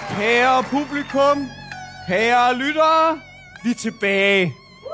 Kære publikum, kære lyttere, vi er tilbage.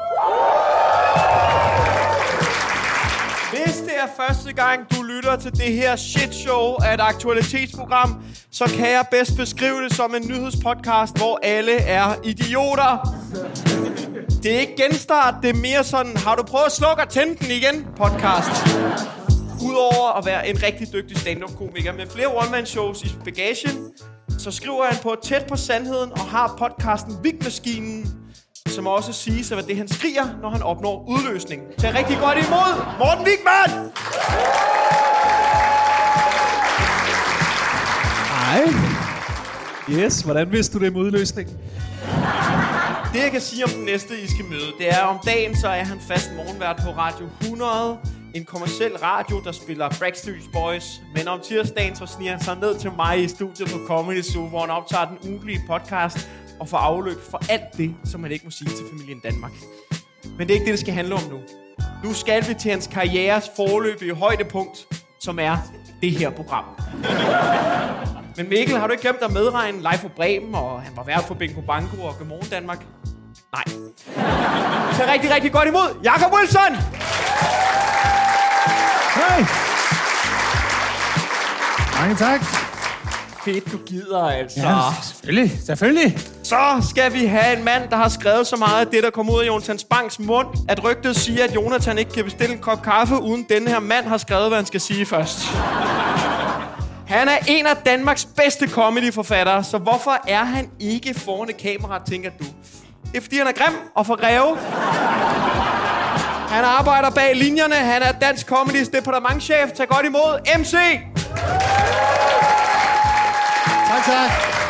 Hvis det er første gang, du lytter til det her shitshow af et aktualitetsprogram, så kan jeg bedst beskrive det som en nyhedspodcast, hvor alle er idioter. Det er ikke genstart, det er mere sådan, har du prøvet at slukke og tænde den igen podcast. Udover at være en rigtig dygtig stand-up-komiker med flere one-man-shows i bagagen, så skriver han på tæt på sandheden og har podcasten Vigmaskinen, som også siges at være det, han skriger, når han opnår udløsning. Tag rigtig godt imod Morten Wigman! Hej. Yes, hvordan vidste du det med udløsning? Det, jeg kan sige om den næste, I skal møde, det er, om dagen, så er han fast morgenvært på Radio 100. En kommerciel radio, der spiller Backstreet Boys. Men om tirsdagen, så sniger han sig ned til mig i studiet på Comedy Zoo, hvor han optager den ugentlige podcast og får afløb for alt det, som man ikke må sige til familien Danmark. Men det er ikke det, det skal handle om nu. Nu skal vi til hans karrieres forløbige højdepunkt, som er det her program. Men Mikkel, har du ikke glemt at medregne Live for Bremen, og han var vært for Bingo Banko og Godmorgen Danmark? Nej. Så rigtig, rigtig godt imod Jakob Wilson! Hej! Mange tak. Fedt, du gider altså. Ja, selvfølgelig. Så skal vi have en mand, der har skrevet så meget af det, der kom ud af Jonathan Spangs mund, at rygtet siger, at Jonathan ikke kan bestille en kop kaffe, uden denne her mand har skrevet, hvad han skal sige først. Han er en af Danmarks bedste comedyforfattere, så hvorfor er han ikke foran et kamera, tænker du? Det er, fordi han er grim og for greve. Han arbejder bag linjerne. Han er dansk comedys departementschef. Tag godt imod MC. Tak.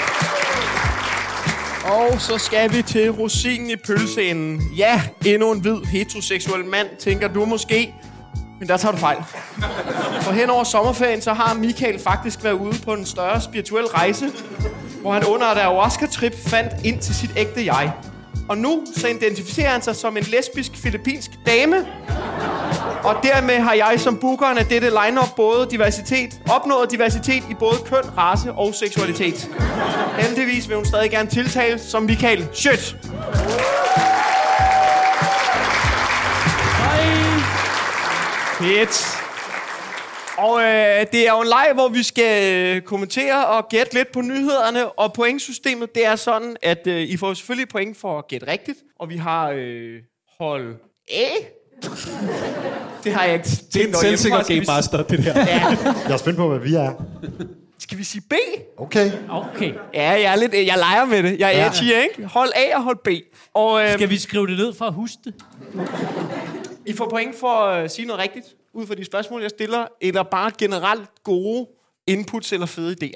Og så skal vi til rosinen i pølseenden. Ja, endnu en hvid heteroseksuel mand, tænker du måske. Men der tager du fejl. For hen over sommerferien, så har Michael faktisk været ude på en større spirituel rejse, hvor han under et ayahuasca-trip fandt ind til sit ægte jeg. Og nu så identificerer han sig som en lesbisk filippinsk dame. Og dermed har jeg som bookeren af dette line-up opnået diversitet i både køn, race og seksualitet. Heldigvis vil hun stadig gerne tiltales som Michael Schødt. Hej. Fedt. Og det er jo en leg, hvor vi skal kommentere og gætte lidt på nyhederne. Og pointsystemet, det er sådan, at I får selvfølgelig point for at gætte rigtigt. Og vi har hold A. Det har jeg ikke tænkt over. Det er en selvsikker game master, det der. Ja. Jeg er spændt på, hvad vi er. Skal vi sige B? Okay. Ja, jeg leger med det. Jeg er edgy, ikke? Hold A og hold B. Og, skal vi skrive det ned for at huske det? I får point for at sige noget rigtigt, ud fra de spørgsmål, jeg stiller, eller bare generelt gode inputs eller fede idéer.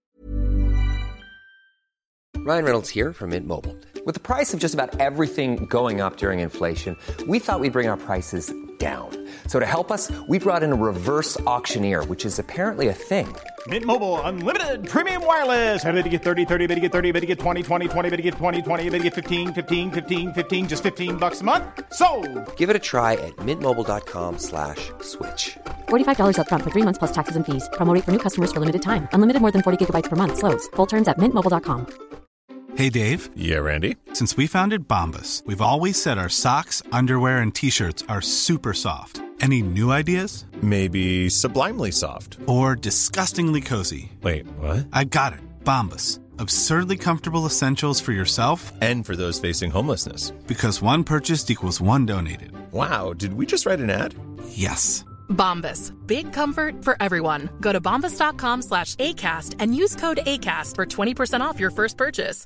Ryan Reynolds here from Mint Mobile. With the price of just about everything going up during inflation, we thought we'd bring our prices down. So to help us, we brought in a reverse auctioneer, which is apparently a thing. Mint Mobile Unlimited Premium Wireless. How to get 30, 30, bit to get 30, bit to get 20, 20, 20, bit to get 20, 20, bit to get 15, 15, 15, 15, just $15 a month? Sold! Give it a try at mintmobile.com/switch. $45 up front for 3 months plus taxes and fees. Promo rate for new customers for limited time. Unlimited more than 40 gigabytes per month. Slows full terms at mintmobile.com. Hey, Dave. Yeah, Randy. Since we founded Bombas, we've always said our socks, underwear, and T-shirts are super soft. Any new ideas? Maybe sublimely soft. Or disgustingly cozy. Wait, what? I got it. Bombas. Absurdly comfortable essentials for yourself And for those facing homelessness. because one purchased equals one donated. Wow, did we just write an ad? Yes. Bombas. Big comfort for everyone. Go to bombas.com/ACAST and use code ACAST for 20% off your first purchase.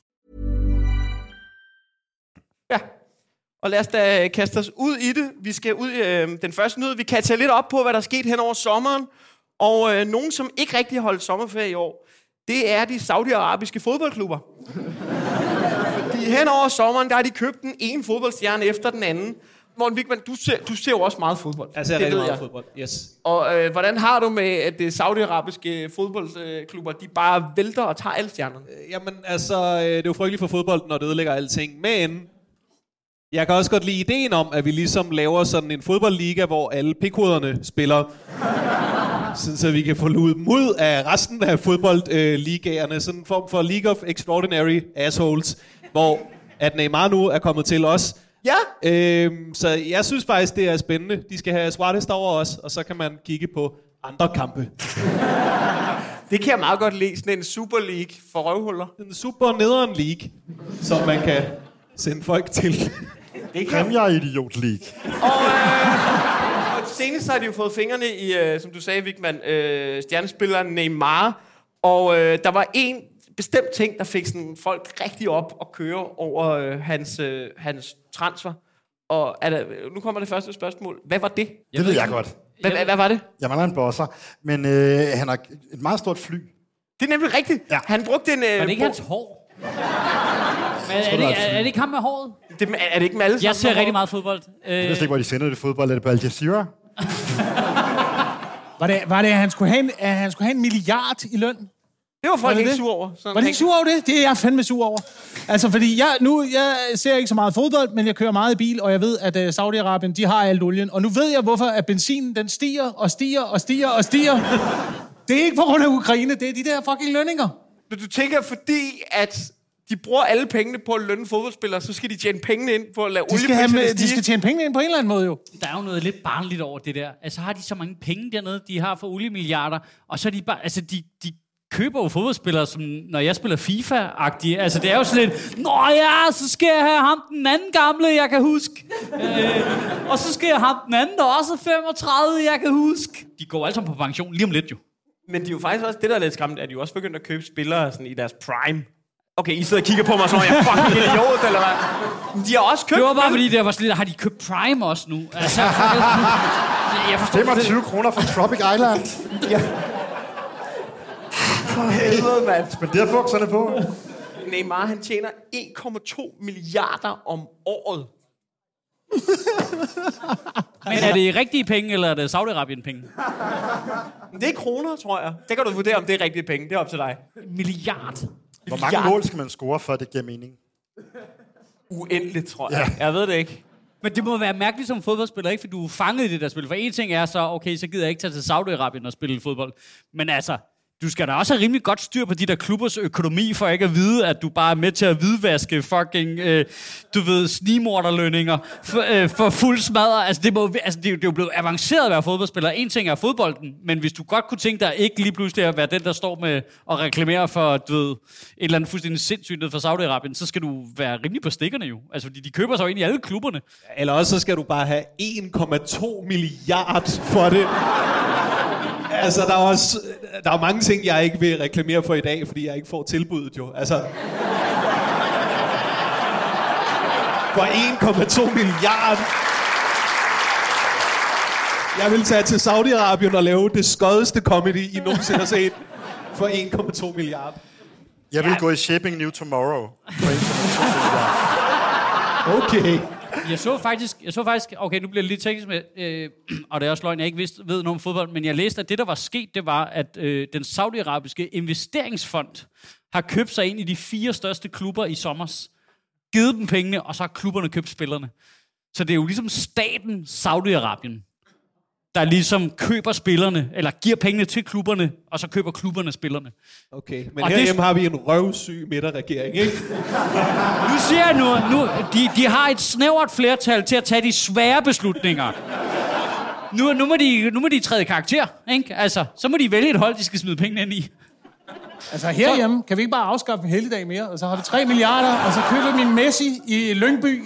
Ja, og lad os da kaste os ud i det. Vi skal ud i den første nyhed. Vi kan tage lidt op på, hvad der er sket hen over sommeren. Og nogen, som ikke rigtig har holdt sommerferie i år, det er de saudiarabiske fodboldklubber. Fordi hen over sommeren, der har de købt den ene fodboldstjerne efter den anden. Morten Wigman, du ser jo også meget fodbold. Jeg ser rigtig meget fodbold, yes. Og hvordan har du med, at det saudiarabiske fodboldklubber, de bare vælter og tager alle stjernerne? Jamen, altså, det er jo frygteligt for fodbold, når det ødelægger alting. Men jeg kan også godt lide ideen om, at vi ligesom laver sådan en fodboldliga, hvor alle pikhoderne spiller. Sådan, så vi kan få luet dem ud af resten af fodboldligaerne. Sådan en form for League of Extraordinary Assholes, hvor at Neymar nu er kommet til os. Ja. Så jeg synes faktisk, det er spændende. De skal have Suarez over os, og så kan man kigge på andre kampe. Det kan jeg meget godt lide. Sådan en Super League for røvhuller. En super nederen league, som man kan sende folk til. Det kan Premier-idiot league. Og senest har de jo fået fingrene i, som du sagde, Vigman, stjernespilleren Neymar. Og der var en bestemt ting, der fik sådan folk rigtig op og køre over hans transfer. Og nu kommer det første spørgsmål. Hvad var det? Det ved jeg godt. Hvad var det? Jeg mangler en bosser, men han har et meget stort fly. Det er nemlig rigtigt. Ja. Han brugte en... Var det ikke hans hår? Er det ikke ham med håret? Er det ikke med alle sammen? Jeg ser rigtig meget fodbold. Jeg ved ikke, hvor de sender det fodbold. Er det på Al Jazeera? Var det, at han skulle have en milliard i løn? Det var folk ikke sur over. Var det ikke sur over det? Det er jeg fandme sur over. Altså, fordi jeg ser ikke så meget fodbold, men jeg kører meget i bil, og jeg ved, at Saudi-Arabien, de har alt olien. Og nu ved jeg, hvorfor at benzinen, den stiger og stiger og stiger og stiger. Det er ikke på grund af Ukraine, det er de der fucking lønninger. Du tænker, fordi at de bruger alle pengene på at lønne fodboldspillere, så skal de tjene pengene ind på at lave oliepriserne stige. De skal tjene pengene ind på en eller anden måde, jo. Der er jo noget lidt barnligt over det der. Altså, har de så mange penge dernede, de har for oliemilliarder, og så er de bare... Altså, de køber jo fodboldspillere, som når jeg spiller FIFA-agtige. Altså, det er jo sådan lidt, nå ja, så skal jeg have ham den anden gamle, jeg kan huske. Og så skal jeg have ham den anden, der også er 35, jeg kan huske. De går alle sammen på pension lige om lidt, jo. Men de er jo faktisk også, det der er lidt skræmmende, at de jo også begyndt at købe spillere sådan i deres prime. Okay, I sidder og kigger på mig, så jeg er fucking idiot, eller hvad? Men de har også købt... Det var bare fordi, der var sådan lidt, har de købt prime også nu? Altså, jeg forstår 25 kroner for Tropic Island. Ja. For helvede, mand. Spenderer bukserne på. Neymar, han tjener 1,2 milliarder om året. Men er det rigtige penge, eller er det Saudi-Arabien-penge? Det er kroner, tror jeg. Det kan du vurdere, om det er rigtige penge. Det er op til dig. Milliard. Hvor mange mål skal man score, for at det giver mening? Uendeligt, tror jeg. Ja. Jeg ved det ikke. Men det må være mærkeligt som fodboldspiller, ikke? For du er fanget i det der spil. For en ting er så, okay, så gider jeg ikke tage til Saudi-Arabien og spille fodbold. Men altså, du skal da også have rimelig godt styr på de der klubbers økonomi, for ikke at vide, at du bare er med til at hvidvaske fucking, snigmorderlønninger for fuld smadre. Altså, det er jo blevet avanceret at være fodboldspiller. En ting er fodbolden, men hvis du godt kunne tænke dig ikke lige pludselig at være den, der står med og reklamere for, et eller andet fuldstændig sindssygt ned for Saudi-Arabien, så skal du være rimelig på stikkerne jo. Altså, fordi de køber sig jo ind i alle klubberne. Eller også så skal du bare have 1,2 milliard for det. Altså, der er mange ting, jeg ikke vil reklamere for i dag, fordi jeg ikke får tilbuddet jo. Altså, for 1,2 milliard. Jeg vil tage til Saudi-Arabien og lave det skodeste comedy, I nogensinde har set, for 1,2 milliard. Jeg vil gå i Shipping New Tomorrow for 1,2 milliard. Okay. Jeg så faktisk, okay, nu bliver det lidt teknisk med, og det er også løgn, jeg ikke ved noget om fodbold, men jeg læste, at det, der var sket, det var, at den saudiarabiske investeringsfond har købt sig ind i de 4 største klubber i sommers, givet dem pengene, og så har klubberne købt spillerne. Så det er jo ligesom staten Saudi-Arabien, der ligesom køber spillerne, eller giver pengene til klubberne, og så køber klubberne spillerne. Okay, men herhjemme har vi en røvsyg midterregering, ikke? Nu siger jeg nu de har et snævert flertal til at tage de svære beslutninger. Nu må de træde karakter, ikke? Altså, så må de vælge et hold, de skal smide pengene ind i. Altså herhjemme kan vi ikke bare afskaffe en helligdag mere, og så har vi 3 milliarder, og så køber vi en Messi i Lyngby.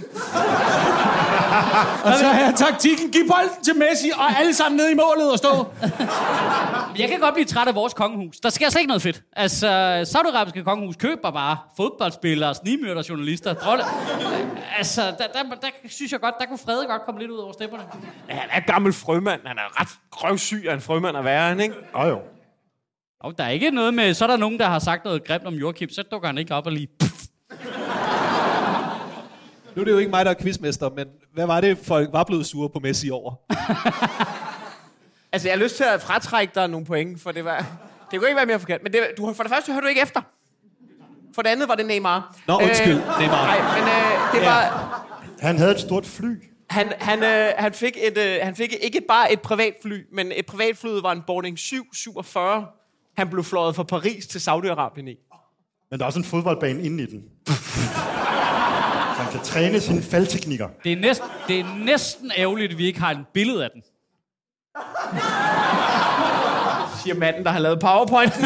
Og så har jeg taktikken, giv bolden til Messi, og alle sammen nede i målet og stå. Jeg kan godt blive træt af vores kongehus. Der sker slet ikke noget fedt. Altså, Saudi-Arabiske kongehus køber bare fodboldspillere, snigmyrder, journalister. Altså, der synes jeg godt, der kunne Frede godt komme lidt ud over stepperne. Ja, han er gammel frømand. Han er ret røvsyg af en frømand at være, ikke? Jo. Og der er ikke noget med, så er der nogen, der har sagt noget grimt om Joachim, så dukker han ikke op og lige... Nu er det jo ikke mig, der er quizmester, men hvad var det, folk var blevet sure på Messi over? Altså, jeg har lyst til at fratrække dig nogle point, for det kunne ikke være mere forkert. Men for det første hørte du ikke efter. For det andet var det Neymar. Nå, undskyld, Neymar. Nej, men det var... Han havde et stort fly. Han fik ikke bare et privatfly, men et privatfly var en Boeing 747. Han blev fløjet fra Paris til Saudi-Arabien i. Men der er også en fodboldbane inde i den. Så han kan træne sine faldteknikker. Det er næsten ærgerligt, at vi ikke har et billede af den. Siger manden, der har lavet PowerPointen.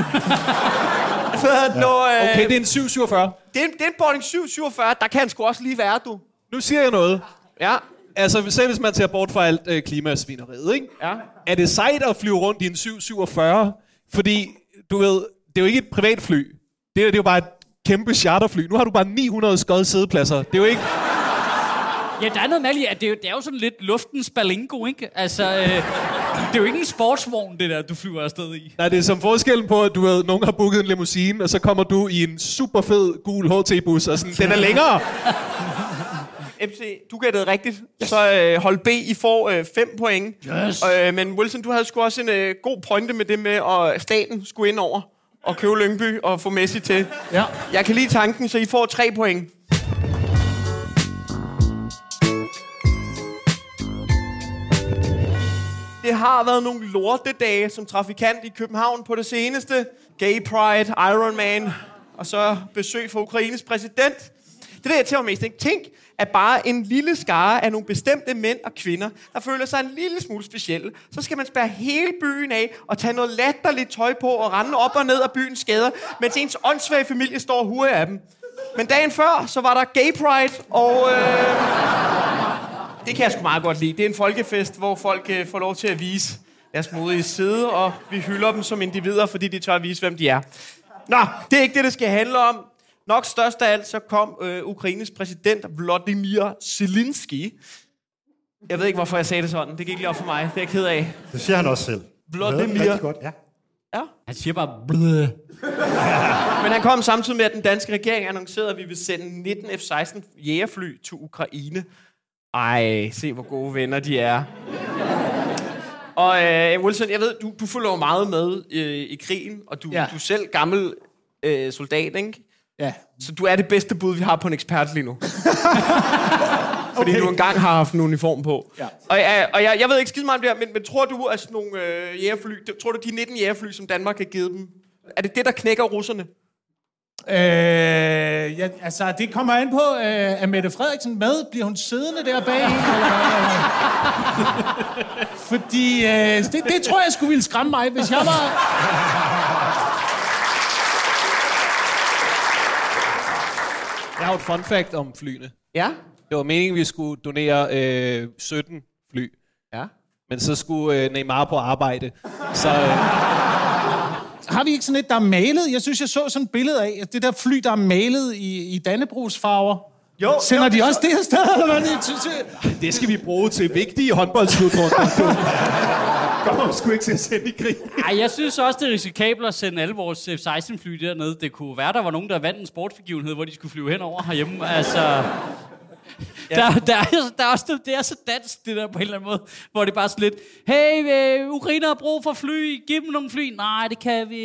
Okay, det er en 747. Det er en Boeing 747. Der kan han sgu også lige være, du. Nu siger jeg noget. Ja. Altså, selv hvis man tager bort fra alt klimasvineriet, ikke? Ja. Er det sejt at flyve rundt i en 747? Fordi, du ved, det er jo ikke et privatfly. Det er jo bare et kæmpe charterfly. Nu har du bare 900 skøde sædepladser. Det er jo ikke... Ja, der er noget mærkeligt, at det er jo sådan lidt luftens balingo, ikke? Altså, det er jo ikke en sportsvogn, det der, du flyver afsted i. Nej, det er som forskellen på, at du ved, nogen har booket en limousine, og så kommer du i en super fed gul HT-bus, og sådan, den er længere. MC, du gættede rigtigt. Så hold B, I får 5 point. Yes. Men Wilson, du havde sgu også en god pointe med det med, at staten skulle ind over og købe Lyngby og få Messi til. Ja. Jeg kan lide tanken, så I får 3 point. Det har været nogle lortedage som trafikant i København på det seneste. Gay Pride, Iron Man, og så besøg fra Ukraines præsident. Det der, jeg tænker mest, ikke? Tænk, at bare en lille skare af nogle bestemte mænd og kvinder, der føler sig en lille smule specielle, så skal man spærre hele byen af og tage noget latterligt tøj på og rende op og ned af byens gader, mens ens åndssvage familie står og huer af dem. Men dagen før, så var der Gay Pride, og det kan jeg sgu meget godt lide. Det er en folkefest, hvor folk får lov til at vise deres modige side, og vi hylder dem som individer, fordi de tør at vise, hvem de er. Nå, det er ikke det, det skal handle om. Nok størst af alt, så kom Ukraines præsident Volodymyr Zelensky. Jeg ved ikke, hvorfor jeg sagde det sådan. Det gik lige op for mig. Det er jeg ked af. Det siger han også selv. Volodymyr. Godt, ja. Ja. Han siger bare bløh. Men han kom samtidig med, at den danske regering annoncerede, at vi vil sende 19 F-16 jægerfly til Ukraine. Ej, se hvor gode venner de er. Og Wilson, jeg ved, du følger jo meget med i krigen, og du er selv gammel soldat, ikke? Ja. Så du er det bedste bud, vi har på en ekspert lige nu. Fordi du engang har haft en uniform på. Ja. Og jeg ved ikke skide meget om det her, men tror du, at sådan nogle jægerfly, tror du, de 19 jægerfly, som Danmark har givet dem, er det det, der knækker russerne? Ja, altså, det kommer an på, er Mette Frederiksen med? Bliver hun siddende der bag? Fordi det tror jeg skulle ville skræmme mig, hvis jeg var... Jeg har et fun fact om flyene. Ja? Det var meningen, vi skulle donere 17 fly. Ja. Men så skulle Neymar på arbejde. Så... Har vi ikke sådan et, der er malet? Jeg synes, jeg så sådan et billede af, at det der fly, der er malet i Dannebrogsfarver. Jo, sender de også det her sted, eller hvad? Det skal vi bruge til vigtige håndboldsslutrunder. Kommer sgu ikke til at sende i krig. Ej, jeg synes også, det er risikabelt at sende alle vores F-16-fly dernede. Det kunne være, der var nogen, der vandt en sportsbegivenhed, hvor de skulle flyve henover herhjemme. Altså... Ja. Der er også, det er så dansk, det der på en eller anden måde, hvor det bare sådan lidt, hey, Ukraine har brug for fly, giv dem nogle fly. Nej, det kan vi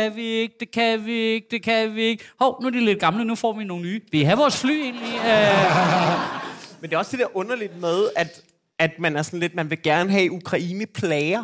ikke. Hov, nu er de lidt gamle, nu får vi nogle nye. Vi har vores fly egentlig. Men det er også det der underligt med, at man er sådan lidt, man vil gerne have Ukraine plager.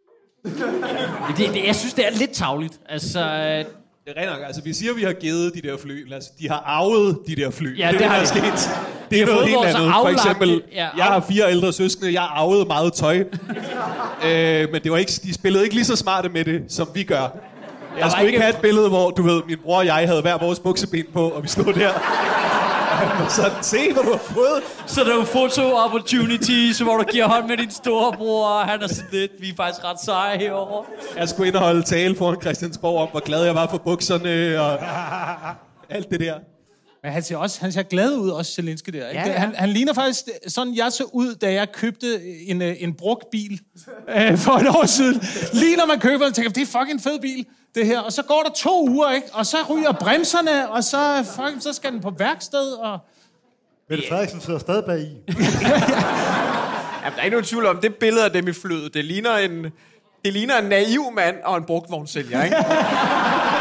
Jeg synes, det er lidt tarveligt. Altså... Det er rent nok. Altså, vi siger, at vi har givet de der fly. Altså, de har arvet de der fly. Ja, det har sket. Det er noget helt andet. For eksempel, jeg har 4 ældre søskende. Jeg arvede meget tøj. Men det var ikke, de spillede ikke lige så smarte med det, som vi gør. Jeg skulle ikke have et billede, hvor du ved, min bror og jeg havde hver vores bukseben på, og vi stod der. Så se, hvad du har fået. Så der er jo photo-opportunities, hvor du giver hånd med din storebror, og han er sådan lidt, vi er faktisk ret seje herovre. Jeg skulle ind og holde tale foran Christiansborg om, hvor glad jeg var for bukserne, og alt det der. Men han ser glad ud også, Zelensky der. Ikke? Ja. Han ligner faktisk sådan, jeg så ud, da jeg købte en brugt bil for et år siden. Lige når man køber den, tænker det er fucking fed bil, det her. Og så går der 2 uger, ikke? Og så ryger bremserne, og så skal den på værksted, og... Mette Frederiksen sidder stadig bag i. Ja, der er ikke nogen tvivl om, det billede af dem i flyet, det ligner en naiv mand og en brugtvognsælger, ikke?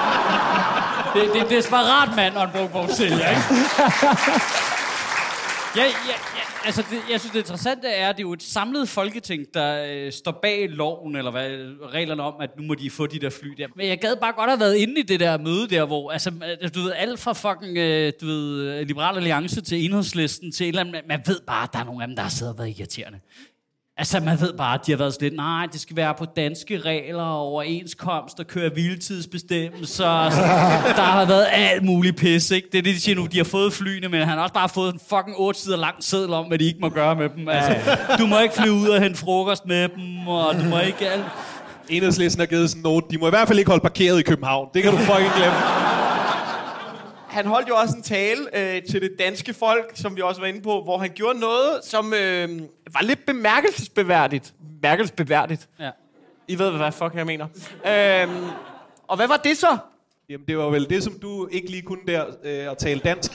Det er desperat mand og en brugtvognsælger, ikke? Ja. Altså, jeg synes, det interessante er, at det er jo et samlet folketing, der står bag loven, eller reglerne om, at nu må de få de der fly der. Men jeg gad bare godt have været inde i det der møde der, hvor, altså, du ved, alt fra fucking, Liberal Alliance til Enhedslisten til et eller andet, man ved bare, at der er nogle af dem, der har siddet og været irriterende. Altså, man ved bare, at de har været sådan lidt, nej, det skal være på danske regler og overenskomst og køre hviletidsbestemmelser. Der har været alt muligt pis, ikke? Det er det, de siger nu. De har fået flyene, men han har også bare fået en fucking 8 sider lang seddel om, hvad de ikke må gøre med dem. Altså, du må ikke flyve ud og hente frokost med dem, og du må ikke... Enhedslisten har givet sådan en note. De må i hvert fald ikke holde parkeret i København. Det kan du fucking glemme. Han holdt jo også en tale til det danske folk, som vi også var inde på, hvor han gjorde noget, som var lidt bemærkelsesbeværdigt. Ja. I ved, hvad fuck jeg mener. Og hvad var det så? Jamen, det var vel det, som du ikke lige kunne der, at tale dansk.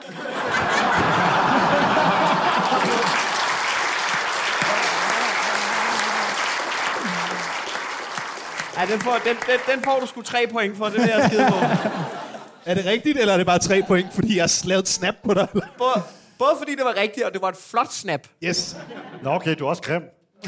Ja, den får du sgu 3 point for, det der skide på. Er det rigtigt, eller er det bare 3 point, fordi jeg har lavet et snap på dig? Både fordi det var rigtigt, og det var et flot snap. Yes. Nå, okay, du er også grim.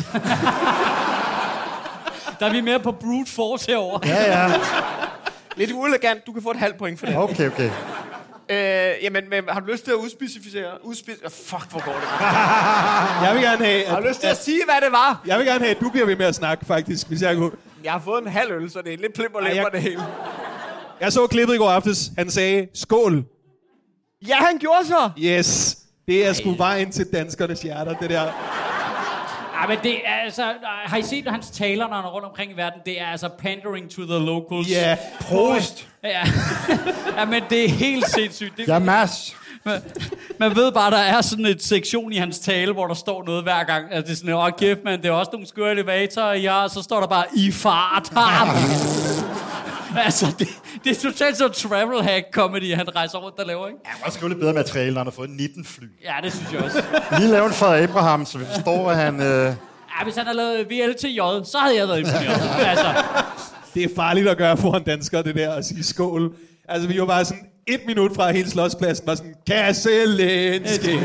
Der er vi mere på brute force herovre. Ja. Lidt uelegant, du kan få et halvt point for det. Okay. Jamen, har du lyst til at udspecificere? Fuck, hvor går det? Jeg vil gerne have... Har du lyst til at sige, hvad det var? Jeg vil gerne have, at du bliver ved med at snakke, faktisk, hvis jeg kunne. Jeg har fået en halv øl, så det er lidt plimper lemper det hele. Jeg så klippet i går aftes. Han sagde, skål. Ja, han gjorde så. Yes. Det er sgu vejen til danskernes hjerter, det der. Ja, men det er altså... Har I set hans taler, når han er rundt omkring i verden? Det er altså pandering to the locals. Ja, Prost. Ja. Ja, men det er helt sindssygt. Ja, Mads. Man ved bare, der er sådan et sektion i hans tale, hvor der står noget hver gang. Altså, det er sådan, kæft, man, det er også nogle skøre elevatorer, ja, så står der bare, i fart. Altså, det er totalt så travel hack comedy, han rejser rundt og laver, ikke? Ja, han må også skrive lidt bedre materiale, når han har fået 19 fly. Ja, det synes jeg også. Lige lave en Frederik Abraham, så vi forstår, at han... Ja, hvis han har lavet VLTJ, så havde jeg været imponeret. Altså. Det er farligt at gøre foran danskere, det der, at sige skål. Altså, vi var bare sådan 1 minut fra hele Slotspladsen, var sådan, Kasselenski.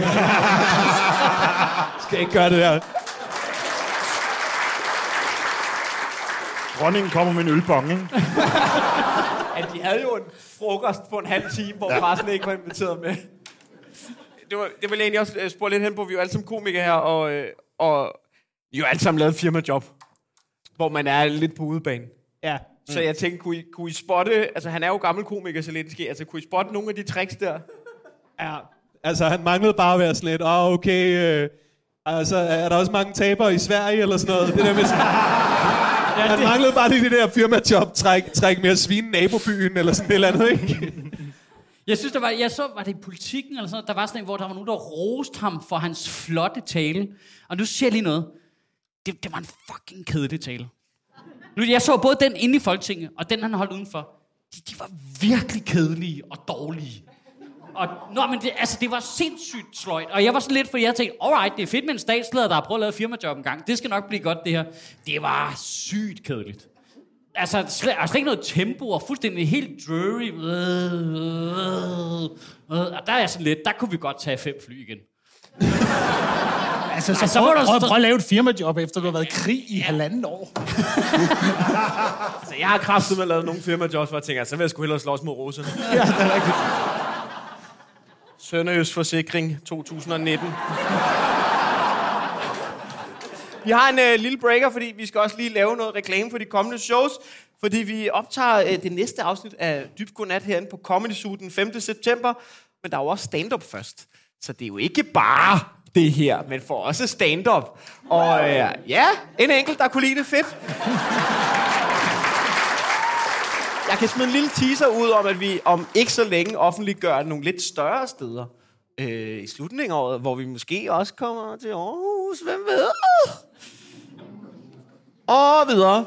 Skal ikke gøre det der. Dronningen kommer med en ølbong, ikke? At de havde jo en frokost på en halv time, hvor pressen ikke var inviteret med. Det vil jeg egentlig også spore lidt hen på. Vi er jo alle sammen komikere her, og vi har jo alle sammen lavet firmajob, hvor man er lidt på udebane. Ja. Så jeg tænkte, kunne I spotte... Altså, han er jo gammel komiker, så lidt sker. Altså, kunne I spotte nogle af de tricks der? Ja. Altså, han manglede bare at være sådan lidt, okay... altså, er der også mange tabere i Sverige, eller sådan noget? Det der med sådan... Han manglede bare det der firmajob, træk mere svine nabobyen, eller sådan et eller andet, ikke? Jeg synes, var det i Politikken, eller sådan noget, der var sådan en, hvor der var nogen, der roste ham for hans flotte tale. Og nu siger jeg lige noget. Det var en fucking kedelig tale. Jeg så både den inde i Folketinget, og den, han holdt udenfor. De var virkelig kedelige og dårlige. Men det var sindssygt sløjt. Og jeg var sådan lidt, fordi jeg tænkte, alright, det er fedt med en statsleder, der har prøvet at lave firmajob en gang. Det skal nok blive godt, det her. Det var sygt kedeligt. Altså, slet ikke noget tempo, og fuldstændig helt dreary. Og der er jeg sådan lidt, der kunne vi godt tage 5 fly igen. Altså, prøv at lave et firmajob, efter du har været i krig i 1,5 år. Altså, jeg har kraftigt med at lave nogle firmajobs, hvor jeg tænker, så vil jeg sgu hellere slås mod russerne. Ja, det er rigtigt. Sønderjysk Forsikring 2019. Vi har en lille breaker, fordi vi skal også lige lave noget reklame for de kommende shows. Fordi vi optager det næste afsnit af Dybt Godnat herinde på Comedy Zoo den 5. september. Men der er jo også stand-up først. Så det er jo ikke bare det her, men for også stand-up. Og ja, en enkelt, der kunne lide det fedt. Jeg kan smide en lille teaser ud om, at vi om ikke så længe offentliggør nogle lidt større steder i slutningen af året, hvor vi måske også kommer til Aarhus. Hvem ved? Og videre.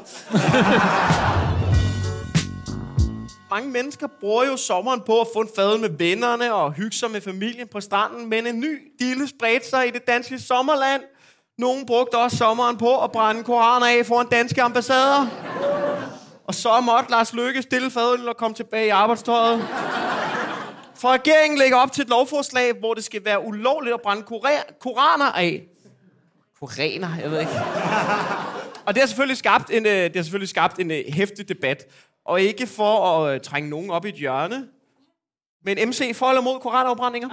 Mange mennesker bruger jo sommeren på at få en fadøl med vennerne og hygge sig med familien på stranden, men en ny dille spredte sig i det danske sommerland. Nogen brugte også sommeren på at brænde koraner af foran danske ambassader. Og så måtte Lars Løkke stille fadøl og komme tilbage i arbejdstøjet. For regeringen lægger op til et lovforslag, hvor det skal være ulovligt at brænde koraner af. Koraner, jeg ved ikke. Og det har selvfølgelig skabt en heftig debat. Og ikke for at trænge nogen op i et hjørne. Men MC, for eller mod koranafbrændinger?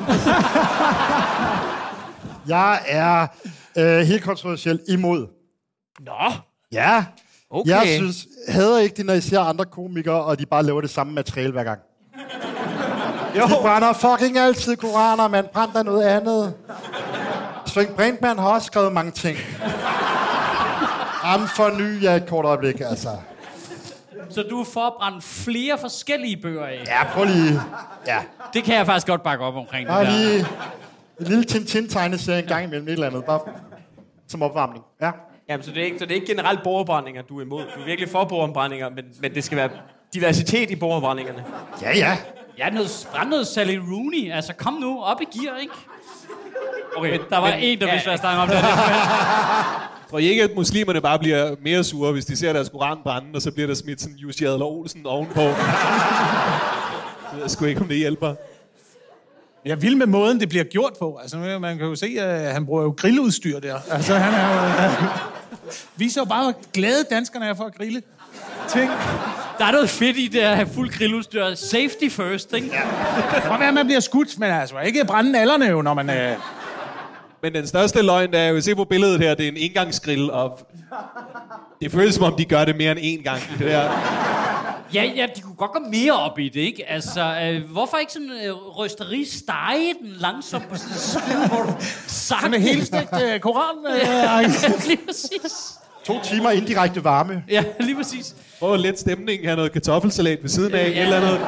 Jeg er helt kontroversielt imod. Nå. Ja. Okay. Jeg hader ikke det, når I ser andre komikere, og de bare laver det samme materiale hver gang. Jo. De brænder fucking altid koraner, man brænder noget andet. Svend Brinkmann har også skrevet mange ting. For ny et kort øjeblik, altså. Så du er for at brænde flere forskellige bøger af? Ja, prøv lige. Ja. Det kan jeg faktisk godt bakke op omkring. Bare lige en lille Tintin-tegneserie en gang imellem et eller andet, bare som opvarmning. Ja. Jamen, så det er ikke generelt bogafbrændinger, du er imod. Du er virkelig for bogafbrændinger, men det skal være diversitet i bogafbrændingerne. Ja, ja. Ja, noget Sally Rooney. Altså, kom nu, op i gear, ikke? Okay, der var en, der vidste, hvad jeg snakkede om det. Tror I ikke, at muslimerne bare bliver mere sure, hvis de ser deres koran brænde, og så bliver der smidt sådan Jussi Adler-Olsen ovenpå? Jeg ved sgu ikke, om det hjælper. Jeg vil med måden, det bliver gjort på. Altså, man kan jo se, at han bruger jo grilludstyr der. Altså, han er jo... viser jo bare, hvor glade danskerne er for at grille. Tænk. Der er noget fedt i det at have fuld grilludstyr. Safety first, ikke? Ja. Prøv at være, man bliver skudt, men altså ikke brænde nallerne jo, når man... Men den største løgn, der er jo, se på billedet her, det er en engangsgrill, og det føles som om, de gør det mere end én gang. Det der. Ja, de kunne godt gå mere op i det, ikke? Altså, hvorfor ikke sådan røsteri stege den langsomt på sådan en skide, hvor du sagt... Sådan en helstegt koran? Lige præcis. 2 timer indirekte varme. Ja, lige præcis. Prøv at lette stemningen, have noget kartoffelsalat ved siden af, eller andet.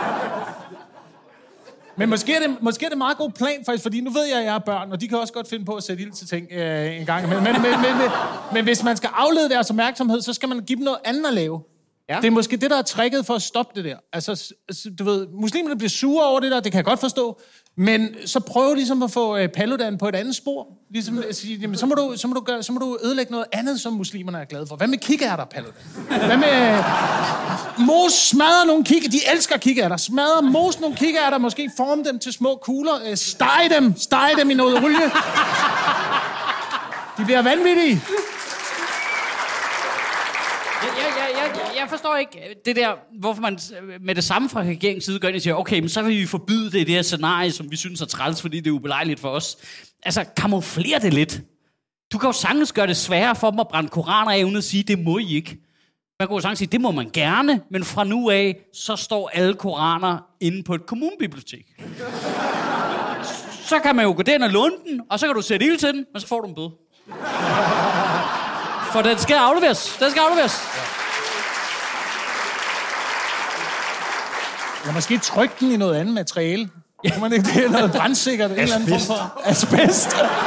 Men måske er det meget god plan, faktisk, fordi nu ved jeg, at jeg har børn, og de kan også godt finde på at sætte ild til ting en gang imellem. Men hvis man skal aflede deres opmærksomhed, så skal man give dem noget andet at lave. Ja. Det er måske det, der er tricket for at stoppe det der. Altså, du ved, muslimerne bliver sure over det der, det kan jeg godt forstå. Men så prøv ligesom at få Paludan på et andet spor. Ligesom at sige, jamen, så må du ødelægge noget andet, som muslimerne er glade for. Hvad med kikærter, Paludan? Hvad med... Mos smadrer nogle kikærter. De elsker kikærter. Smadrer mos nogle kikærter, måske forme dem til små kugler. Steg dem i noget olie. De bliver vanvittige. Jeg forstår ikke det der, hvorfor man med det samme fra regeringens side går ind og siger, okay, men så vil vi forbyde det i det her scenarie, som vi synes er træls, fordi det er ubelejligt for os. Altså, kamuflere det lidt. Du kan jo sagtens gøre det sværere for dem at brænde koraner af, uden at sige, det må I ikke. Man kan jo sagtens sige, det må man gerne, men fra nu af, så står alle koraner inde på et kommunebibliotek. Så kan man jo gå den og låne den, og så kan du sætte ild til den, og så får du en bøde. For den skal afleveres. Eller måske trykke den i noget andet materiale. Ja. Man ikke det er noget brandsikkert, en eller anden form for asbest.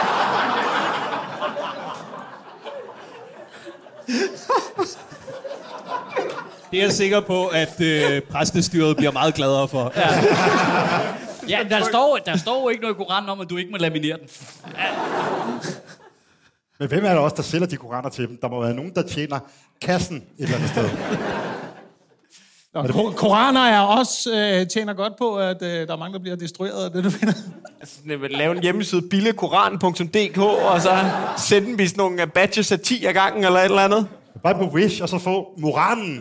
Det er jeg sikker på, at præstestyret bliver meget gladere for. Ja, der står ikke noget i Koranen om, at du ikke må laminere den. Ja. Men hvem er der også, der sælger de koraner til dem? Der må være nogen, der tjener kassen et eller andet sted. Koraner er også tjener godt på, at der er mange, der bliver destrueret af det, du finder. Altså, lave en hjemmeside, billekoran.dk, og så sende dem nogle badges af 10 af gangen, eller et eller andet. Bare på Wish, og så få moranen.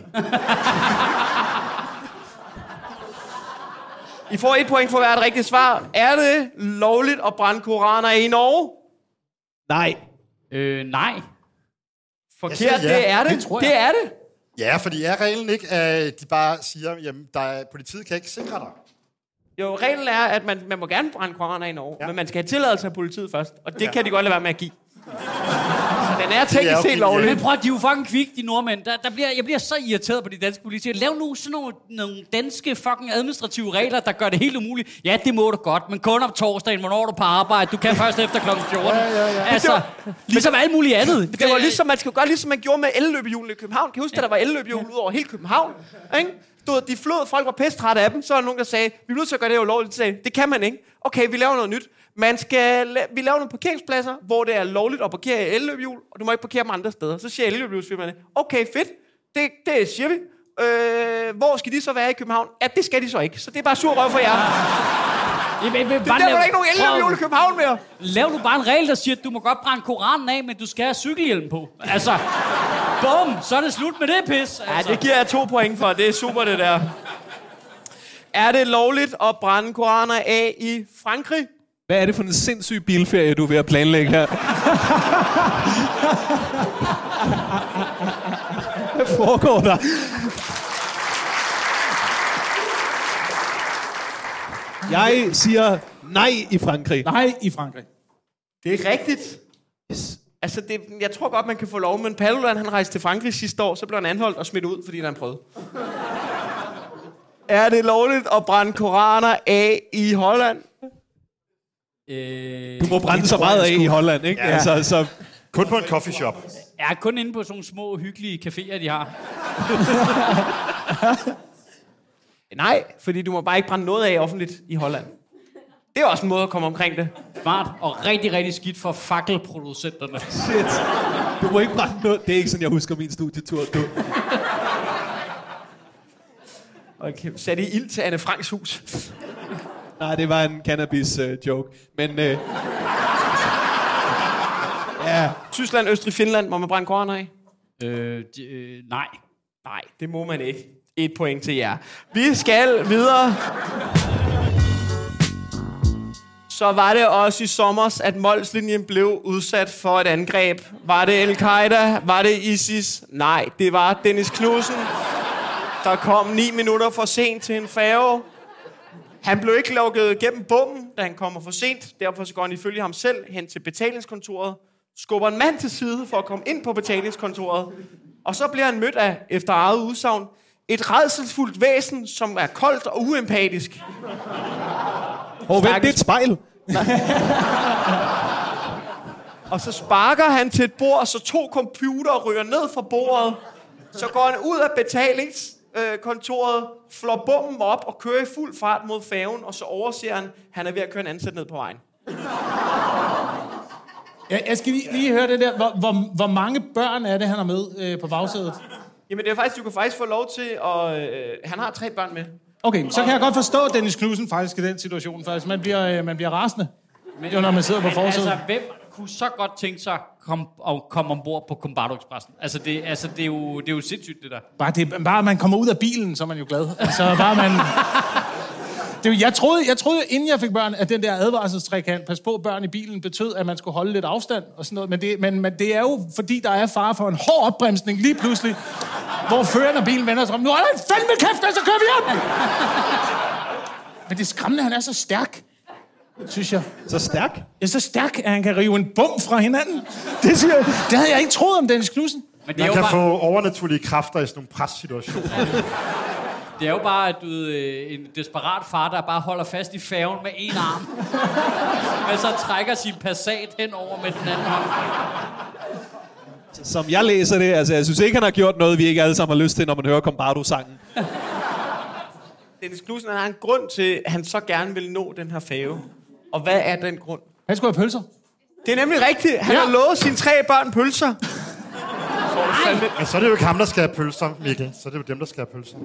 I får 1 point for hvert rigtigt svar. Er det lovligt at brænde koraner i Norge? Nej. Nej. Forkert, ja. Det er det. Det er det. Ja, fordi er reglen ikke, at de bare siger, jamen, politiet kan ikke sikre dig? Jo, reglen er, at man må gerne brænde koraner i Norge, men man skal have tilladelse af politiet først, og det kan de godt lade være med at give. Så den er teknisk set lovlig. Men prøv, de er jo fucking kvik, de nordmænd. Jeg bliver så irriteret på de danske politikere. Lav nu sådan nogle danske fucking administrative regler, der gør det helt umuligt. Ja, det må du godt, men kun om torsdagen, hvornår er du på arbejde. Du kan først efter kl. 14. Ja. Altså, ligesom alt muligt andet. Det var ligesom, man skulle gøre, ligesom man gjorde med elløbehjulene i København. Kan I huske, at der var elløbehjul ud over hele København? Ikke? De flød, folk var pisstrætte af dem, så var der nogen, der sagde, vi bliver nødt til at gøre det ulovligt. De sagde, det kan man ikke. Okay, vi laver noget nyt. Vi laver nogle parkeringspladser, hvor det er lovligt at parkere elløbehjul, og du må ikke parkere dem andre steder. Så siger elløbehjulsfirmaerne, okay, fedt, det siger vi. hvor skal de så være i København? Ja, det skal de så ikke. Så det er bare sur røv for jer. Det er derfor, der er ikke nogen elhjul i København mere. Lav nu bare en regel, der siger, at du må godt brænde Koranen af, men du skal have cykelhjelm på. Altså, bum, så er det slut med det pis. Altså. Ja, det giver jeg 2 point for. Det er super, det der. Er det lovligt at brænde koraner af i Frankrig? Hvad er det for en sindssyg bilferie, du er ved at planlægge her? Hvad foregår der? Jeg siger nej i Frankrig. Nej i Frankrig. Det er rigtigt. Yes. Altså, jeg tror godt, man kan få lov, men Paludan, han rejste til Frankrig sidste år, så blev han anholdt og smidt ud, fordi han prøvede. Er det lovligt at brænde koraner af i Holland? Du må brænde så meget af i Holland, ikke? Ja. Altså, så... Kun på en coffeeshop. Ja, kun inde på sådan nogle små, hyggelige caféer, de har. Nej, fordi du må bare ikke brænde noget af offentligt i Holland. Det er også en måde at komme omkring det. Smart og rigtig, rigtig skidt for fakkelproducenterne. Shit. Du må ikke brænde noget. Det er ikke sådan, jeg husker min studietur. Okay, satte I ild til Anne Franks hus? Nej, det var en cannabis-joke. Men... ja. Tyskland, Østrig, Finland, må man brænde koraner af? Nej. Nej, det må man ikke. 1 point til jer. Vi skal videre. Så var det også i sommers, at Molslinjen blev udsat for et angreb. Var det Al-Qaida? Var det ISIS? Nej, det var Dennis Knudsen, der kom 9 minutter for sent til en færge. Han blev ikke lukket gennem bommen, da han kommer for sent. Derfor så går han ifølge ham selv hen til betalingskontoret, skubber en mand til side for at komme ind på betalingskontoret, og så bliver han mødt af, efter eget udsagn, et rædselsfuldt væsen, som er koldt og uempatisk. Vent, det er et spejl. Og så sparker han til et bord, så 2 computere ryger ned fra bordet. Så går han ud af betalingskontoret, flår bommen op og kører i fuld fart mod færgen, og så overser han er ved at køre en ansat ned på vejen. Jeg skal lige høre det der. Hvor mange børn er det, han har med på bagsædet? Jamen, det er faktisk, du kan faktisk få lov til at... han har 3 børn med. Okay, så kan jeg godt forstå Dennis Knudsen faktisk i den situation. Faktisk. Man bliver rasende, jo, når man sidder på forsædet. Altså, hvem kunne så godt tænke sig at komme ombord på Combardo Expressen? Altså, det er jo sindssygt, det der. Bare man kommer ud af bilen, så er man jo glad. Altså, bare man... Jeg troede, inden jeg fik børn, at den der advarselstrekant, pas på børn i bilen, betød, at man skulle holde lidt afstand og sådan noget. Men det er jo, fordi der er fare for en hård opbremsning lige pludselig, hvor føreren af bilen vender sig om. Nu holder han fandme kæft, så kører vi hjem! Men det er skræmmende, han er så stærk, synes jeg. Så stærk? Ja, så stærk, at han kan rive en bum fra hinanden. Det havde jeg ikke troet om Dennis Knudsen. Men man kan få overnaturlige kræfter i sådan nogle pressituationer. Det er jo bare, at du en desperat far, der bare holder fast i færgen med en arm. Men så trækker sin Passat henover med den anden hånd. Som jeg læser det, altså jeg synes ikke, han har gjort noget, vi ikke alle sammen har lyst til, når man hører Combardo-sangen. Dennis Knudsen, han har en grund til, at han så gerne vil nå den her færge. Og hvad er den grund? Han skulle have pølser. Det er nemlig rigtigt. Han har lovet sine 3 børn pølser. Men så er det jo ikke ham, der skal have pølser, Mikkel. Så er det jo dem, der skal have pølser.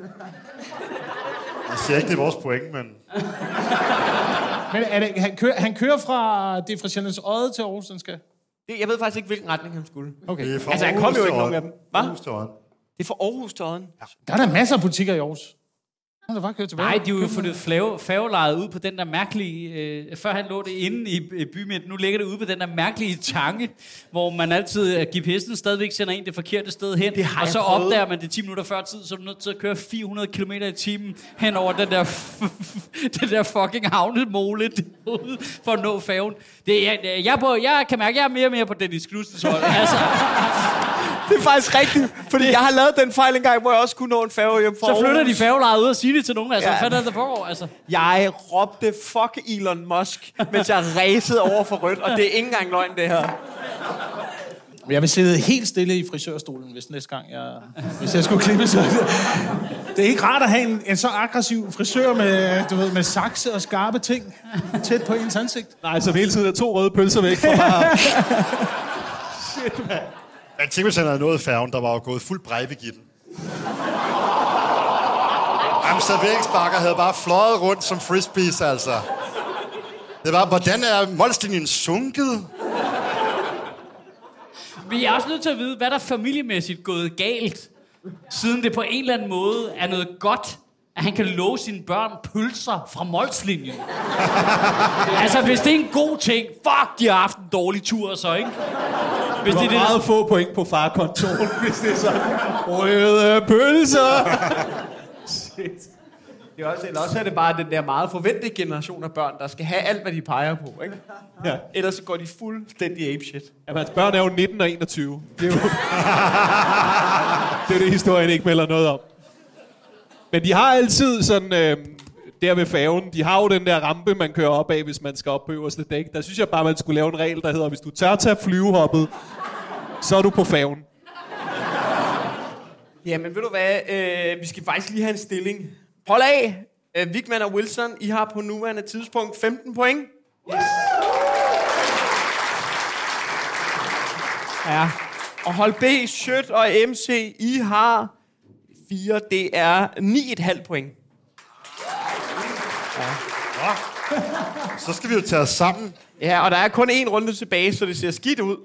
Jeg siger ikke, det er vores point, men... Men han kører fra Sjællands Odde til Aarhus, den skal? Jeg ved faktisk ikke, hvilken retning han skulle. Okay. Det er fra altså, han kom jo ikke nogen af dem. Hvad? Aarhus til Odden. Det er fra Aarhus til Odden. Ja. Der er der masser af butikker i Aarhus. Nej, de er jo fået færgelejet ud på den der mærkelige... før han lå det inde i bymidten, nu ligger det ude på den der mærkelige tange, hvor man altid GPS'en stadigvæk sender en det forkerte sted hen, og så opdager man det 10 minutter før tid, så er du nødt til at køre 400 km i timen hen over den der fucking havnemole derude for at nå færgen. Jeg kan mærke, at jeg er mere og mere på Dennis Knudsens hold. Altså. Det er faktisk rigtigt, fordi jeg har lavet den fejl engang, hvor jeg også kunne nå en færge hjem fra Så flytter Aarhus. de færgelejet ud og siger det til nogen. Altså, hvad er det foregår? Altså? Jeg råbte fuck Elon Musk, mens jeg ræsede over for rødt, og det er ikke engang løgn, det her. Jeg vil sidde helt stille i frisørstolen, hvis jeg skulle klippe så. Det er ikke rart at have en så aggressiv frisør med sakse og skarpe ting tæt på ens ansigt. Nej, som hele tiden er 2 røde pølser væk fra bare... Shit, man. Jeg tænkte, hvis han havde nået færgen, der var jo gået fuld Breivik i den. Jamen, serveringsbakker havde bare fløjet rundt som frisbees, altså. Det var, hvordan er målslinjen sunket? Vi er også nødt til at vide, hvad der familiemæssigt gået galt, siden det på en eller anden måde er noget godt, at han kan love sine børn pølser fra Molslinjen. Altså, hvis det er en god ting, fuck, de har haft en dårlig tur så, ikke? Hvis det er meget få point på farkontoren, hvis det er sådan. Røde pølser! Shit. Det er også er det bare den der meget forventede generation af børn, der skal have alt, hvad de peger på, ikke? Ja. Ellers så går de fuldstændig apeshit. Ja, hans børn er jo 19 og 21. Det er jo det, er det historien ikke melder noget om. Men de har altid sådan, der ved færgen, de har jo den der rampe, man kører op af, hvis man skal op på øverste dæk. Der synes jeg bare, man skulle lave en regel, der hedder, hvis du tør tage flyvehoppet, så er du på færgen. Jamen, ved du hvad? Vi skal faktisk lige have en stilling. Hold af! Wigman og Wilson, I har på nuværende tidspunkt 15 point. Yes. Ja. Og hold B, Schødt og MC, I har 4. Det er 9,5 point. Ja. Så skal vi jo tage os sammen. Ja, og der er kun én runde tilbage, så det ser skidt ud.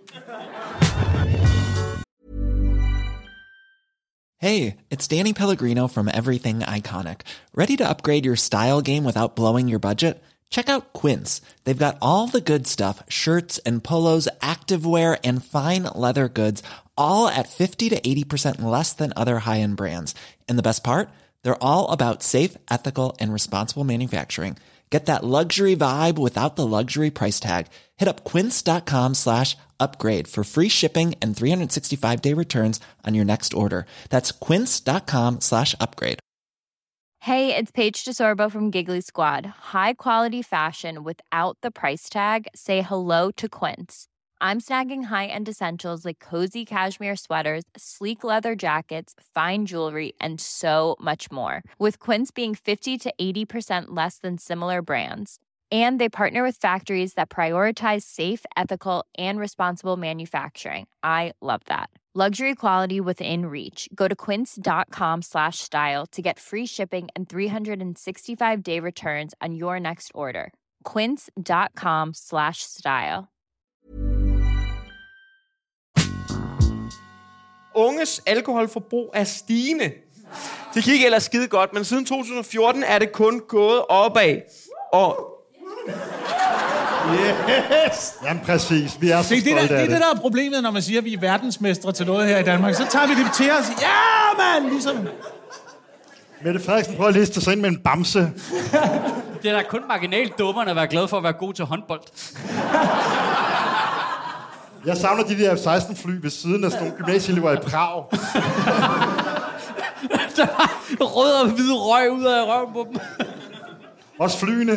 Hey, it's Danny Pellegrino from Everything Iconic. Ready to upgrade your style game without blowing your budget? Check out Quince. They've got all the good stuff, shirts and polos, activewear, and fine leather goods, all at 50 to 80% less than other high-end brands. And the best part? They're all about safe, ethical, and responsible manufacturing. Get that luxury vibe without the luxury price tag. Hit up quince.com/upgrade for free shipping and 365-day returns on your next order. That's quince.com/upgrade. Hey, it's Paige DeSorbo from Giggly Squad. High quality fashion without the price tag. Say hello to Quince. I'm snagging high-end essentials like cozy cashmere sweaters, sleek leather jackets, fine jewelry, and so much more. With Quince being 50 to 80% less than similar brands. And they partner with factories that prioritize safe, ethical, and responsible manufacturing. I love that. Luxury quality within reach. Go to quince.com/style to get free shipping and 365-day returns on your next order. quince.com/style. Unges alkoholforbrug er stigende. Det gik ellers skide godt, men siden 2014 er det kun gået opad. Og yes! Jamen præcis, vi er så stolte af det. Det er det, der er problemet, når man siger, at vi er verdensmestre til noget her i Danmark. Så tager vi det til os. Ja, mand! Ligesom. Mette Frederiksen prøver at liste sig ind med en bamse. Det er da kun marginalt dummerne at være glad for at være god til håndbold. Jeg savner de der F-16-fly ved siden af sådan nogle gymnasieelever i Prag. Der var rød og hvid røg ud af røven på dem. Også flyene.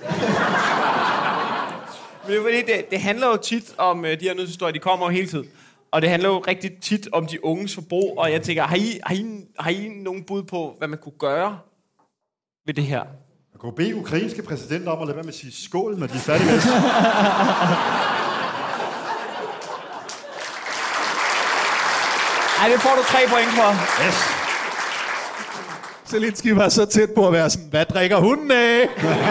Det handler jo tit om de her nyhedshistorier, de kommer jo hele tiden. Og det handler jo rigtig tit om de unges forbrug. Og jeg tænker, har I nogen bud på, hvad man kunne gøre ved det her? Man kunne bede ukrainske præsidenter om at lade være med at sige skål, når de er færdige med det. Ej, det får du 3 point for. Yes. Zelensky var så tæt på at være sådan, hvad drikker hunden af?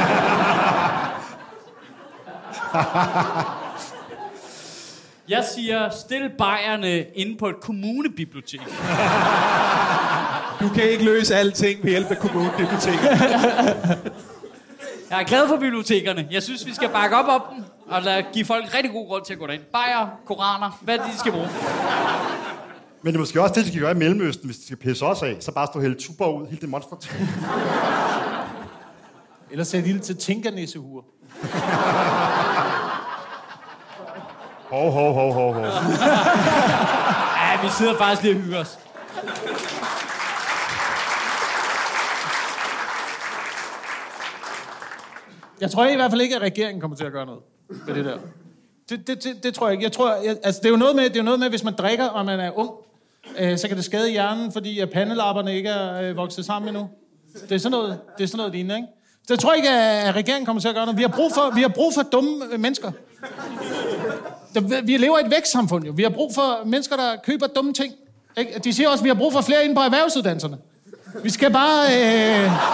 Jeg siger, stil bajerne inde på et kommunebibliotek. Du kan ikke løse alting ved hjælp af kommunebiblioteket. Jeg er glad for bibliotekerne. Jeg synes, vi skal bakke op om dem, og give folk rigtig god grund til at gå derind. Bajer, koraner, hvad de skal bruge. Men det er måske også det, de skal gøre i Mellemøsten, hvis de skal pisse os af. Så bare stå helt tuber ud, helt det monster. Eller sæt ild til tinkernissehuer. Hov. Ja, vi sidder faktisk lige og hygger os. Jeg tror i hvert fald ikke, at regeringen kommer til at gøre noget ved det der. Det tror jeg ikke. Altså, det er jo noget med, hvis man drikker, og man er ung, så kan det skade hjernen, fordi pandelapperne ikke er vokset sammen endnu. Det er sådan noget lignende, ikke? Så jeg tror ikke, at regeringen kommer til at gøre noget. Vi har brug for dumme mennesker. Vi lever i et vækstsamfund, jo. Vi har brug for mennesker, der køber dumme ting. Ikke? De siger også, at vi har brug for flere inde på erhvervsuddannelserne. Vi skal bare...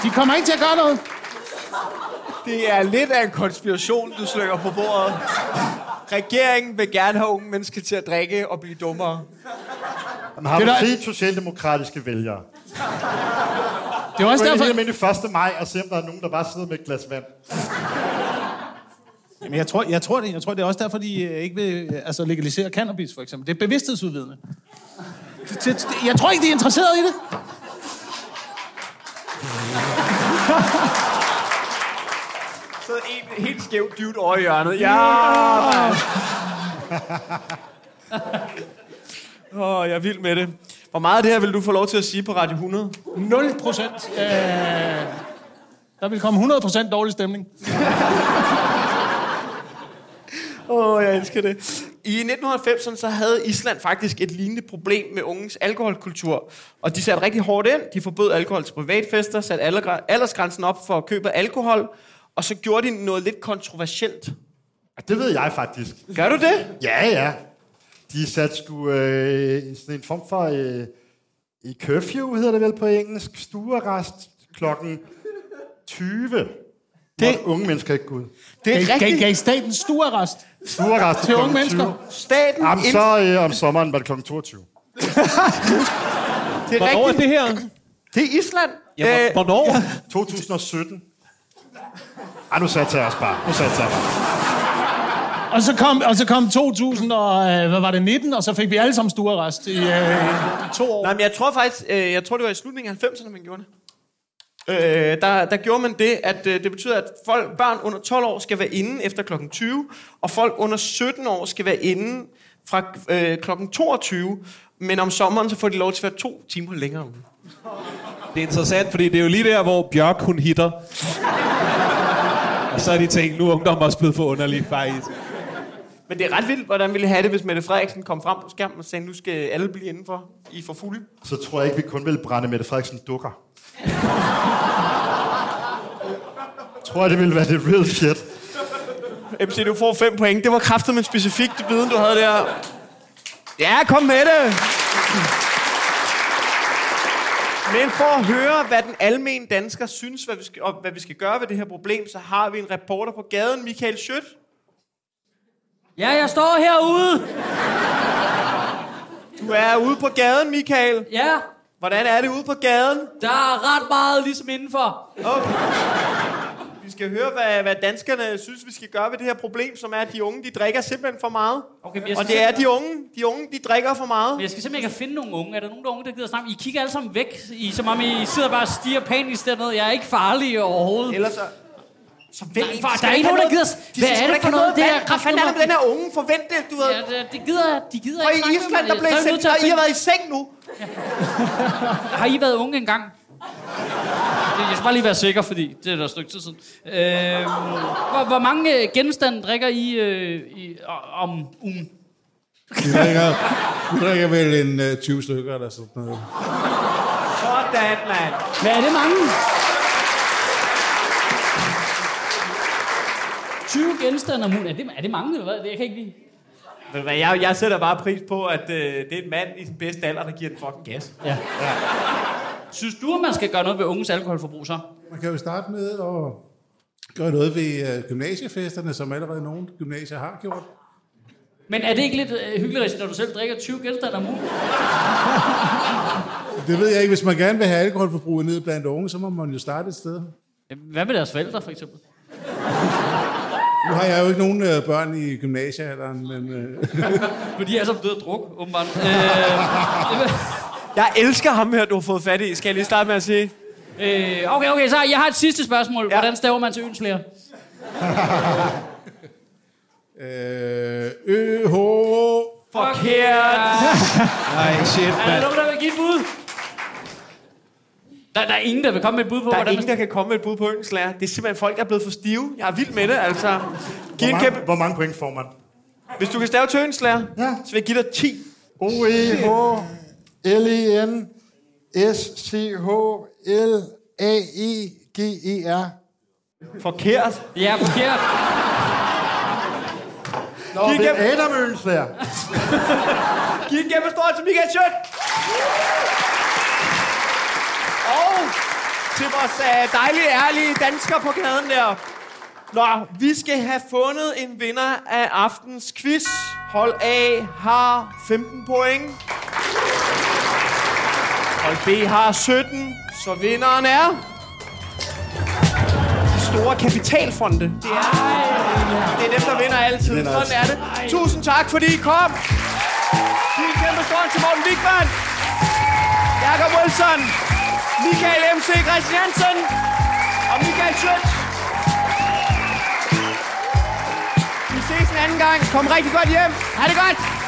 De kommer ikke til at gøre noget. Det er lidt af en konspiration, du slynger på bordet. Regeringen vil gerne have unge mennesker til at drikke og blive dummere. Man har jo set socialdemokratiske vælgere. Det er også derfor... Jeg mener 1. maj og se, om der er nogen, der bare sidder med et glas vand. Jamen, jeg tror det er også derfor, de ikke vil legalisere cannabis, for eksempel. Det er bevidsthedsudvidende. Jeg tror ikke, de er interesseret i det. Så en helt skævt dude over i hjørnet. Ja! Jeg er vild med det. Hvor meget af det her vil du få lov til at sige på Radio 100? 0%. Der vil komme 100% dårlig stemning. Jeg elsker det. I 1990'erne så havde Island faktisk et lignende problem med unges alkoholkultur. Og de satte rigtig hårdt ind. De forbød alkohol til privatfester, satte aldersgrænsen op for køb af alkohol. Og så gjorde de noget lidt kontroversielt. Det ved jeg faktisk. Gør du det? Ja. De satte sgu sådan en form for curfew, hedder det vel på engelsk, stuearrest klokken 20. Det unge mennesker ikke gå ud. Det er rigtigt. Gav staten stuearrest? Stuearrest til unge mennesker? Staten om sommeren var det klokken 22. Hvornår er det her? Det er Island. Hvornår? 2017. Nu satte jeg os bare. Og så kom 2000 og hvad var det, 19, og så fik vi alle sammen stuearrest i 2 år. Nej, men jeg tror det var i slutningen af 90'erne, man gjorde det. Der gjorde man det, at det betyder, at børn under 12 år skal være inde efter klokken 20, og folk under 17 år skal være inde fra klokken 22, men om sommeren så får de lov til at være 2 timer længere ude. Det er interessant, fordi det er jo lige der, hvor Bjørk hun hitter. Og så er de tænkt, nu er ungdommen også blevet for underlig, faktisk. Men det er ret vildt, hvordan ville I have det, hvis Mette Frederiksen kom frem på skærmen og sagde, nu skal alle blive indenfor, I er for fulde. Så tror jeg ikke, vi kun vil brænde Mette Frederiksen dukker. Tror jeg, det ville være det real shit. MC, du får 5 point. Det var kraftigt med specifikt viden, du havde der. Ja, kom med det! Men for at høre, hvad den almene dansker synes, hvad vi skal gøre ved det her problem, så har vi en reporter på gaden, Michael Schødt. Ja, jeg står herude. Du er ude på gaden, Michael. Ja. Hvordan er det ude på gaden? Der er ret meget ligesom indenfor. Okay. Vi skal høre, hvad danskerne synes, vi skal gøre ved det her problem, som er, at de unge, de drikker simpelthen for meget. Okay, og det er de unge, de drikker for meget. Men jeg skal simpelthen ikke finde nogle unge. Er der nogen unge, der gider snakke? I kigger alle sammen væk, som om I sidder bare og stiger panisk dernede. Jeg er ikke farlig overhovedet. Ellers så vent. Nej, der er ikke nogen, der gider... Hvad er det for noget? Det Hvad fanden er det med den her unge? Forvent det, du ved. Ja, de gider ikke og i Island, der blev sendt, I har været i seng nu. Ja. Har I været unge engang? Jeg skal bare lige være sikker, fordi det er der et stykke tid siden. Hvor mange genstande drikker I om ugen? Vi drikker vel en 20 stykker eller sådan noget. Sådan, mand. Hvad er det mange? 20 genstande om ugen. Er det mange, eller hvad? Jeg kan ikke lide. Jeg sætter bare pris på, at det er en mand i sin bedste alder, der giver den fucking gas. Ja. Synes du, at man skal gøre noget ved unges alkoholforbrug så? Man kan jo starte med at gøre noget ved gymnasiefesterne, som allerede nogle gymnasier har gjort. Men er det ikke lidt hyggeligt, når du selv drikker 20 genstande om ugen? Det ved jeg ikke. Hvis man gerne vil have alkoholforbruget ned blandt unge, så må man jo starte et sted. Hvad med deres forældre, for eksempel? Nu har jeg jo ikke nogen børn i gymnasiealderen, men... For de er så døde druk, åbenbart. Jeg elsker ham her, du har fået fat i. Skal jeg lige starte med at sige? Okay, så jeg har et sidste spørgsmål. Ja. Hvordan staver man til Ønslæger? ØH. Forkert. Nej, shit, mand. Er der nogen, der vil give et bud? Der er ingen, der vil komme med et bud på, der er ingen, der kan komme med et bud på Ønslæger. Det er simpelthen folk, der er blevet for stive. Jeg er vild med det, altså. Hvor mange point får man? Hvis du kan stave til Ønslæger, så vil jeg give dig 10. OEHLENSCHLAEGER. Forkert. Ja, forkert. Nå, det er Adam Ønslæger. Giv en kæmpe stor til Michael Schødt. Og til vores dejlige, ærlige danskere på gaden der. Nå, vi skal have fundet en vinder af aftens quiz. Hold A har 15 point. Hold B har 17, så vinderen er... store kapitalfonde. Det er dem, der vinder altid. Sådan er det. Tusind tak, fordi I kom. Giv en kæmpe stor til Morten Wigman, Jakob Wilson, Michael MC Christiansen og Michael Schøtz. Vi ses en anden gang. Kom rigtig godt hjem. Ha' det godt.